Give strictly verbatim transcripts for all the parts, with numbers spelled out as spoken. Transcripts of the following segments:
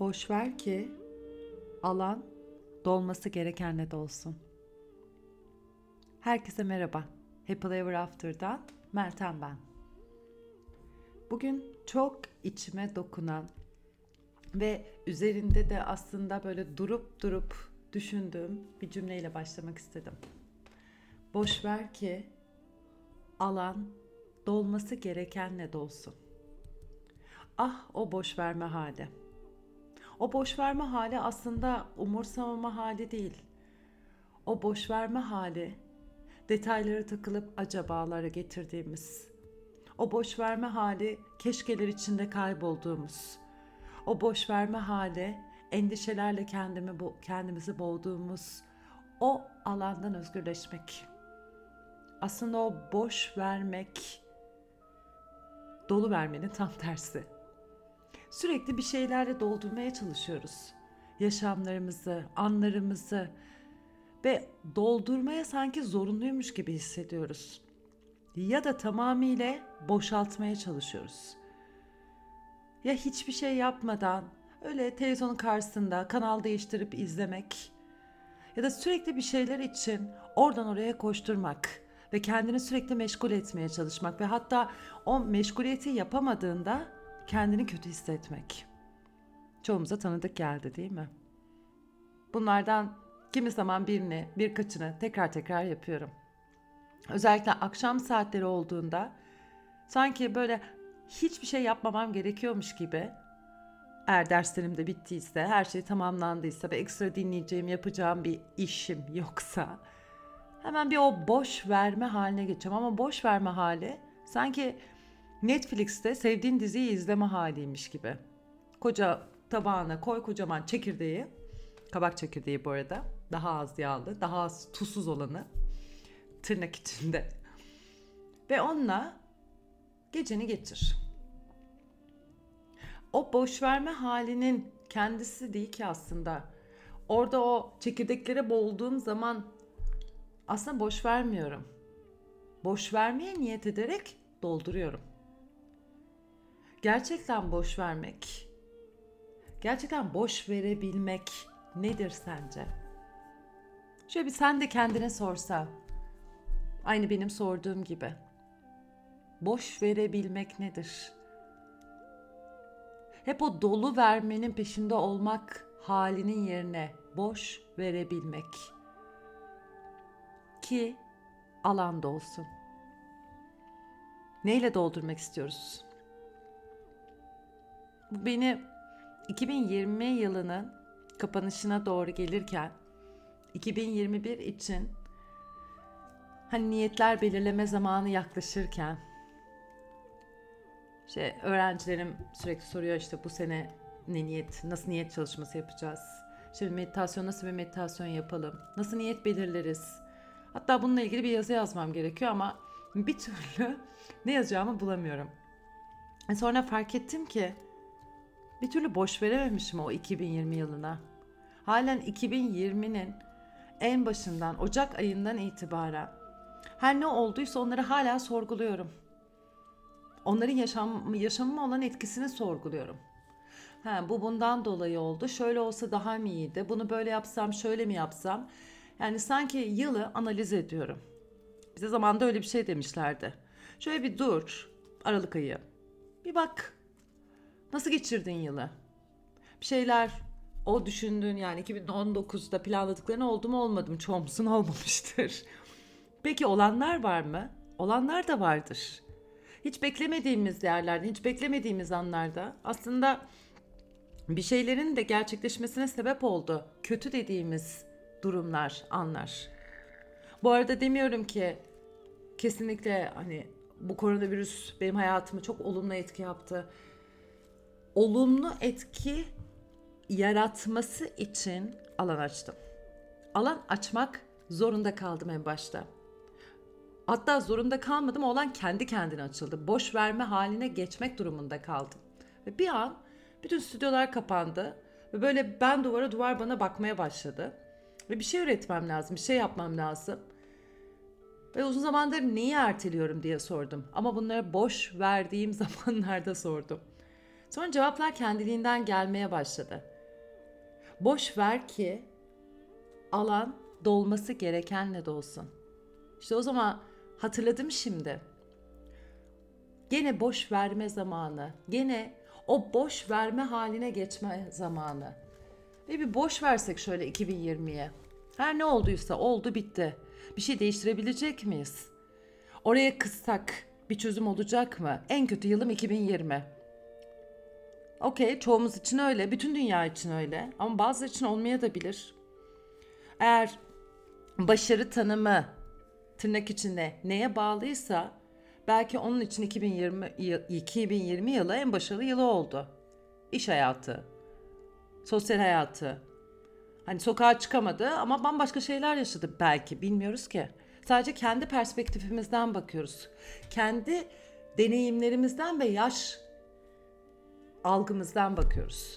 Boş ver ki alan dolması gerekenle dolsun. Herkese merhaba. Happy Ever After'dan Meltem ben. Bugün çok içime dokunan ve üzerinde de aslında böyle durup durup düşündüğüm bir cümleyle başlamak istedim. Boş ver ki alan dolması gerekenle dolsun. Ah o boş verme hali. O boş verme hali aslında umursamama hali değil. O boş verme hali detaylara takılıp acabalara getirdiğimiz. O boş verme hali keşkeler içinde kaybolduğumuz. O boş verme hali endişelerle kendimi kendimizi boğduğumuz o alandan özgürleşmek. Aslında o boş vermek dolu vermenin tam tersi. Sürekli bir şeylerle doldurmaya çalışıyoruz. Yaşamlarımızı, anlarımızı ve doldurmaya sanki zorunluymuş gibi hissediyoruz. Ya da tamamıyla boşaltmaya çalışıyoruz. Ya hiçbir şey yapmadan öyle televizyonun karşısında kanal değiştirip izlemek ya da sürekli bir şeyler için oradan oraya koşturmak ve kendini sürekli meşgul etmeye çalışmak ve hatta o meşguliyeti yapamadığında kendini kötü hissetmek. Çoğumuza tanıdık geldi değil mi? Bunlardan kimi zaman birini, birkaçını tekrar tekrar yapıyorum. Özellikle akşam saatleri olduğunda sanki böyle hiçbir şey yapmamam gerekiyormuş gibi, eğer derslerim de bittiyse, her şey tamamlandıysa ve ekstra dinleyeceğim, yapacağım bir işim yoksa hemen bir o boş verme haline geçeceğim. Ama boş verme hali sanki Netflix'te sevdiğin diziyi izleme haliymiş gibi. Koca tabağına koy kocaman çekirdeği, kabak çekirdeği bu arada, daha az yağlı, daha az tuzsuz olanı, tırnak içinde. Ve onunla geceni geçir. O boş verme halinin kendisi değil ki aslında. Orada o çekirdeklere boğulduğum zaman aslında boş vermiyorum. Boş vermeye niyet ederek dolduruyorum. Gerçekten boş vermek, gerçekten boş verebilmek nedir sence? Şöyle bir sen de kendine sorsa, aynı benim sorduğum gibi. Boş verebilmek nedir? Hep o dolu vermenin peşinde olmak halinin yerine boş verebilmek. Ki alanda olsun. Neyle doldurmak istiyoruz? Bu beni iki bin yirmi yılının kapanışına doğru gelirken iki bin yirmi bir için hani niyetler belirleme zamanı yaklaşırken işte öğrencilerim sürekli soruyor, işte bu sene ne niyet, nasıl niyet çalışması yapacağız? Şimdi meditasyon, nasıl bir meditasyon yapalım? Nasıl niyet belirleriz? Hatta bununla ilgili bir yazı yazmam gerekiyor ama bir türlü ne yazacağımı bulamıyorum. E sonra fark ettim ki bir türlü boş verememişim o iki bin yirmi yılına. Halen iki bin yirminin en başından, Ocak ayından itibaren her ne olduysa onları hala sorguluyorum. Onların yaşam, yaşamıma olan etkisini sorguluyorum. Ha, bu bundan dolayı oldu. Şöyle olsa daha mı iyiydi? Bunu böyle yapsam, şöyle mi yapsam? Yani sanki yılı analiz ediyorum. Bize zamanında öyle bir şey demişlerdi. Şöyle bir dur, Aralık ayı. Bir bak, nasıl geçirdin yılı? Bir şeyler, o düşündüğün yani iki bin on dokuzda planladıkların oldu mu olmadı mı? Çoğumuzun olmamıştır. Peki olanlar var mı? Olanlar da vardır. Hiç beklemediğimiz yerlerde, hiç beklemediğimiz anlarda aslında bir şeylerin de gerçekleşmesine sebep oldu. Kötü dediğimiz durumlar, anlar. Bu arada demiyorum ki kesinlikle hani bu koronavirüs benim hayatımı çok olumlu etki yaptı. Olumlu etki yaratması için alan açtım. Alan açmak zorunda kaldım en başta. Hatta zorunda kalmadım, olan kendi kendine açıldı. Boş verme haline geçmek durumunda kaldım. Ve bir an bütün stüdyolar kapandı ve böyle ben duvara, duvar bana bakmaya başladı. Ve bir şey üretmem lazım, bir şey yapmam lazım. Ve uzun zamandır neyi erteliyorum diye sordum. Ama bunları boş verdiğim zamanlarda sordum. Sonra cevaplar kendiliğinden gelmeye başladı. Boş ver ki alan dolması gerekenle dolsun. İşte o zaman hatırladım şimdi. Gene boş verme zamanı. Gene o boş verme haline geçme zamanı. Ve bir boş versek şöyle iki bin yirmiye. Her ne olduysa oldu bitti. Bir şey değiştirebilecek miyiz? Oraya kıssak bir çözüm olacak mı? En kötü yılım iki bin yirmi. Okey, çoğumuz için öyle, bütün dünya için öyle. Ama bazıları için olmayabilir. Eğer başarı tanımı tırnak içinde neye bağlıysa belki onun için iki bin yirmi, iki bin yirmi yılı en başarılı yılı oldu. İş hayatı, sosyal hayatı. Hani sokağa çıkamadı ama bambaşka şeyler yaşadı belki, bilmiyoruz ki. Sadece kendi perspektifimizden bakıyoruz. Kendi deneyimlerimizden ve yaş algımızdan bakıyoruz.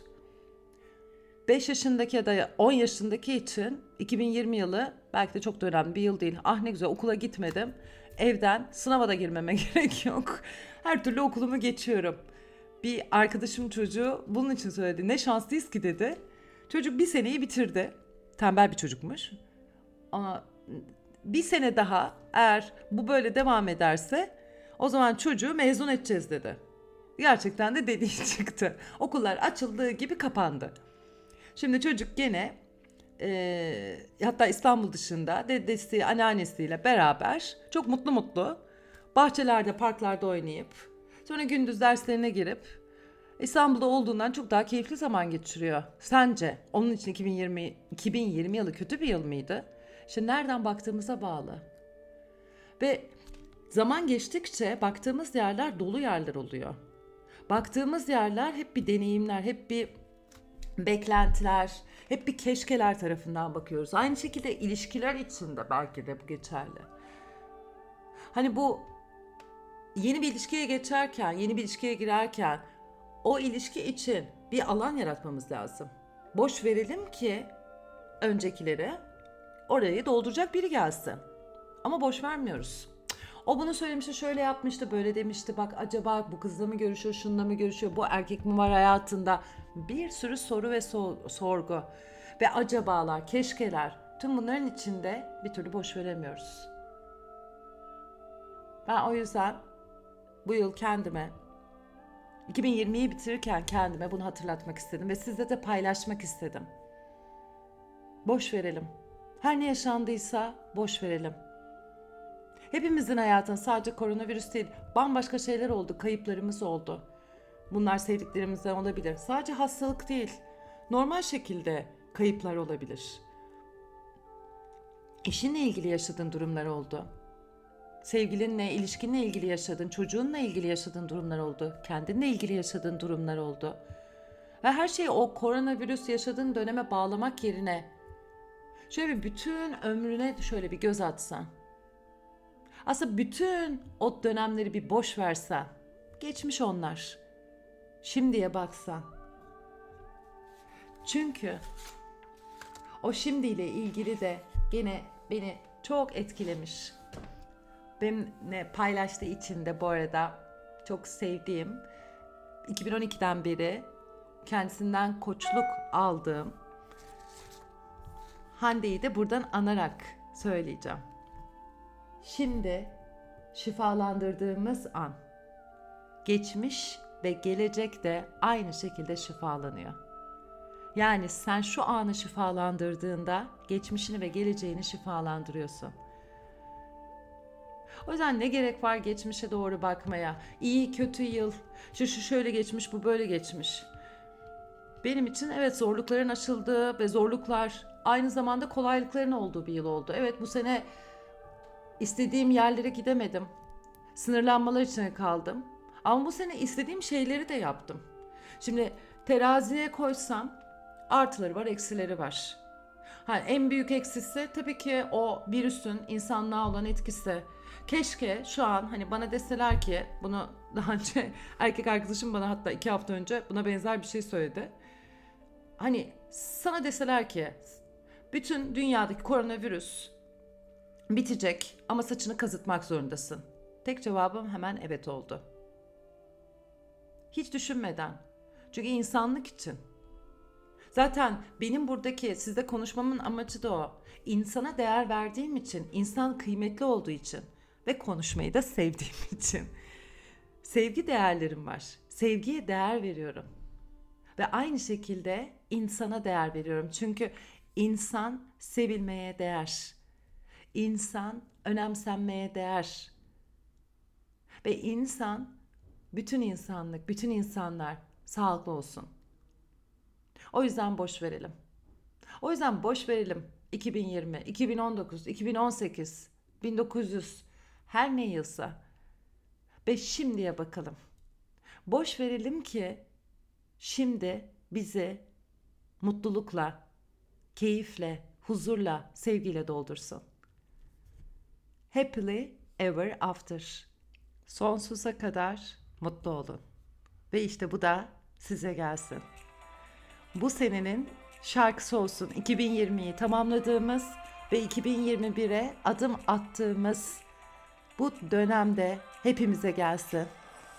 beş yaşındaki ya da on yaşındaki için iki bin yirmi yılı belki de çok da önemli bir yıl değil. Ah ne güzel, okula gitmedim. Evden sınava da girmeme gerek yok. Her türlü okulumu geçiyorum. Bir arkadaşım çocuğu bunun için söyledi. Ne şanslıyız ki dedi. Çocuk bir seneyi bitirdi. Tembel bir çocukmuş. Ama bir sene daha eğer bu böyle devam ederse o zaman çocuğu mezun edeceğiz dedi. Gerçekten de dediği çıktı. Okullar açıldığı gibi kapandı. Şimdi çocuk gene e, hatta İstanbul dışında dedesi, anneannesiyle beraber çok mutlu mutlu bahçelerde, parklarda oynayıp sonra gündüz derslerine girip İstanbul'da olduğundan çok daha keyifli zaman geçiriyor. Sence onun için iki bin yirmi, iki bin yirmi yılı kötü bir yıl mıydı? İşte nereden baktığımıza bağlı. Ve zaman geçtikçe baktığımız yerler dolu yerler oluyor. Baktığımız yerler hep bir deneyimler, hep bir beklentiler, hep bir keşkeler tarafından bakıyoruz. Aynı şekilde ilişkiler için de belki de bu geçerli. Hani bu yeni bir ilişkiye geçerken, yeni bir ilişkiye girerken o ilişki için bir alan yaratmamız lazım. Boş verelim ki öncekileri, orayı dolduracak biri gelsin. Ama boş vermiyoruz. O bunu söylemişti, şöyle yapmıştı, böyle demişti. Bak acaba bu kızla mı görüşüyor, şununla mı görüşüyor, bu erkek mi var hayatında? Bir sürü soru ve so- sorgu. Ve acabalar, keşkeler. Tüm bunların içinde bir türlü boş veremiyoruz. Ben o yüzden bu yıl kendime, iki bin yirmiyi bitirirken kendime bunu hatırlatmak istedim. Ve sizle de paylaşmak istedim. Boş verelim. Her ne yaşandıysa boş verelim. Hepimizin hayatında sadece koronavirüs değil, bambaşka şeyler oldu, kayıplarımız oldu. Bunlar sevdiklerimizden olabilir. Sadece hastalık değil, normal şekilde kayıplar olabilir. Eşinle ilgili yaşadığın durumlar oldu. Sevgilinle, ilişkinle ilgili yaşadığın, çocuğunla ilgili yaşadığın durumlar oldu. Kendinle ilgili yaşadığın durumlar oldu. Ve her şeyi o koronavirüs yaşadığın döneme bağlamak yerine şöyle bir bütün ömrüne şöyle bir göz atsan. Aslında bütün o dönemleri bir boş versen, geçmiş onlar. Şimdiye baksan. Çünkü o şimdiyle ilgili de gene beni çok etkilemiş. Benimle paylaştığı için de bu arada çok sevdiğim, iki bin on ikiden beri kendisinden koçluk aldığım Hande'yi de buradan anarak söyleyeceğim. Şimdi şifalandırdığımız an, geçmiş ve gelecek de aynı şekilde şifalanıyor. Yani sen şu anı şifalandırdığında geçmişini ve geleceğini şifalandırıyorsun. O yüzden ne gerek var geçmişe doğru bakmaya? İyi kötü yıl, şu şu şöyle geçmiş, bu böyle geçmiş. Benim için evet zorlukların aşıldığı ve zorluklar aynı zamanda kolaylıkların olduğu bir yıl oldu. Evet bu sene istediğim yerlere gidemedim. Sınırlanmalar içine kaldım. Ama bu sene istediğim şeyleri de yaptım. Şimdi teraziye koysam artıları var, eksileri var. Ha, en büyük eksisi tabii ki o virüsün insanlığa olan etkisi. Keşke şu an hani bana deseler ki, bunu daha önce erkek arkadaşım bana hatta iki hafta önce buna benzer bir şey söyledi. Hani sana deseler ki bütün dünyadaki koronavirüs bitecek ama saçını kazıtmak zorundasın. Tek cevabım hemen evet oldu. Hiç düşünmeden. Çünkü insanlık için. Zaten benim buradaki sizle konuşmamın amacı da o. İnsana değer verdiğim için, insan kıymetli olduğu için ve konuşmayı da sevdiğim için. Sevgi değerlerim var. Sevgiye değer veriyorum. Ve aynı şekilde insana değer veriyorum. Çünkü insan sevilmeye değer. İnsan önemsenmeye değer. Ve insan, bütün insanlık, bütün insanlar sağlıklı olsun. O yüzden boş verelim. O yüzden boş verelim iki bin yirmi, iki bin on dokuz, iki bin on sekiz, bin dokuz yüz her ne yılsa ve şimdiye bakalım. Boş verelim ki şimdi bizi mutlulukla, keyifle, huzurla, sevgiyle doldursun. Happily ever after. Sonsuza kadar mutlu olun. Ve işte bu da size gelsin. Bu senenin şarkısı olsun. iki bin yirmiyi tamamladığımız ve iki bin yirmi bire adım attığımız bu dönemde hepimize gelsin.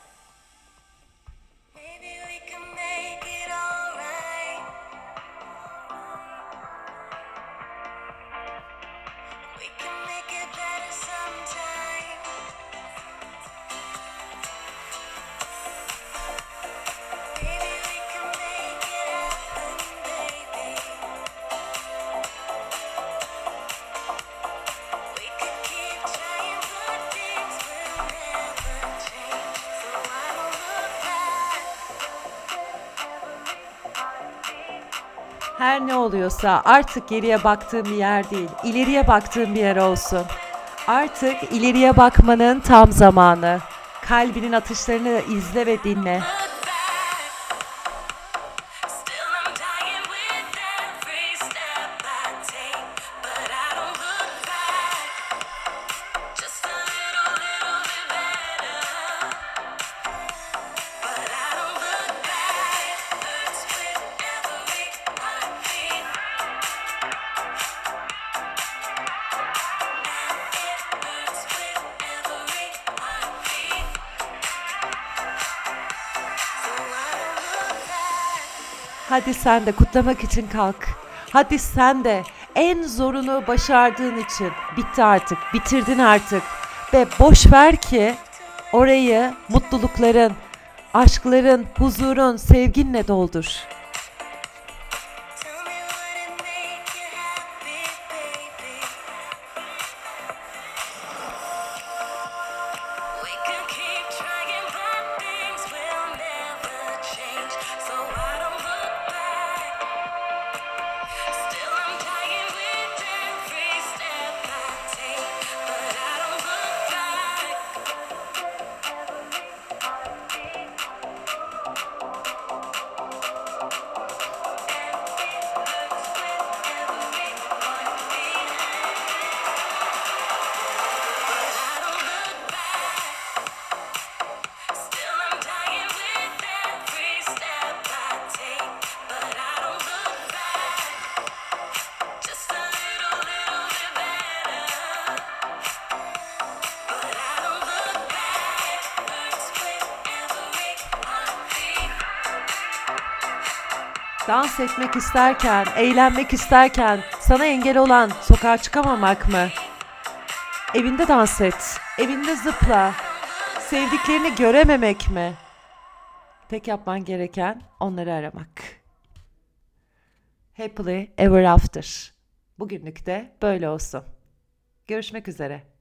Her ne oluyorsa artık geriye baktığım bir yer değil, ileriye baktığım bir yer olsun. Artık ileriye bakmanın tam zamanı. Kalbinin atışlarını izle ve dinle. Hadi sen de kutlamak için kalk. Hadi sen de en zorunu başardığın için bitti artık, bitirdin artık. Ve boş ver ki orayı mutlulukların, aşkların, huzurun, sevginle doldur. Dans etmek isterken, eğlenmek isterken sana engel olan sokağa çıkamamak mı? Evinde dans et, evinde zıpla. Sevdiklerini görememek mi? Tek yapman gereken onları aramak. Happily ever after. Bugünlük de böyle olsun. Görüşmek üzere.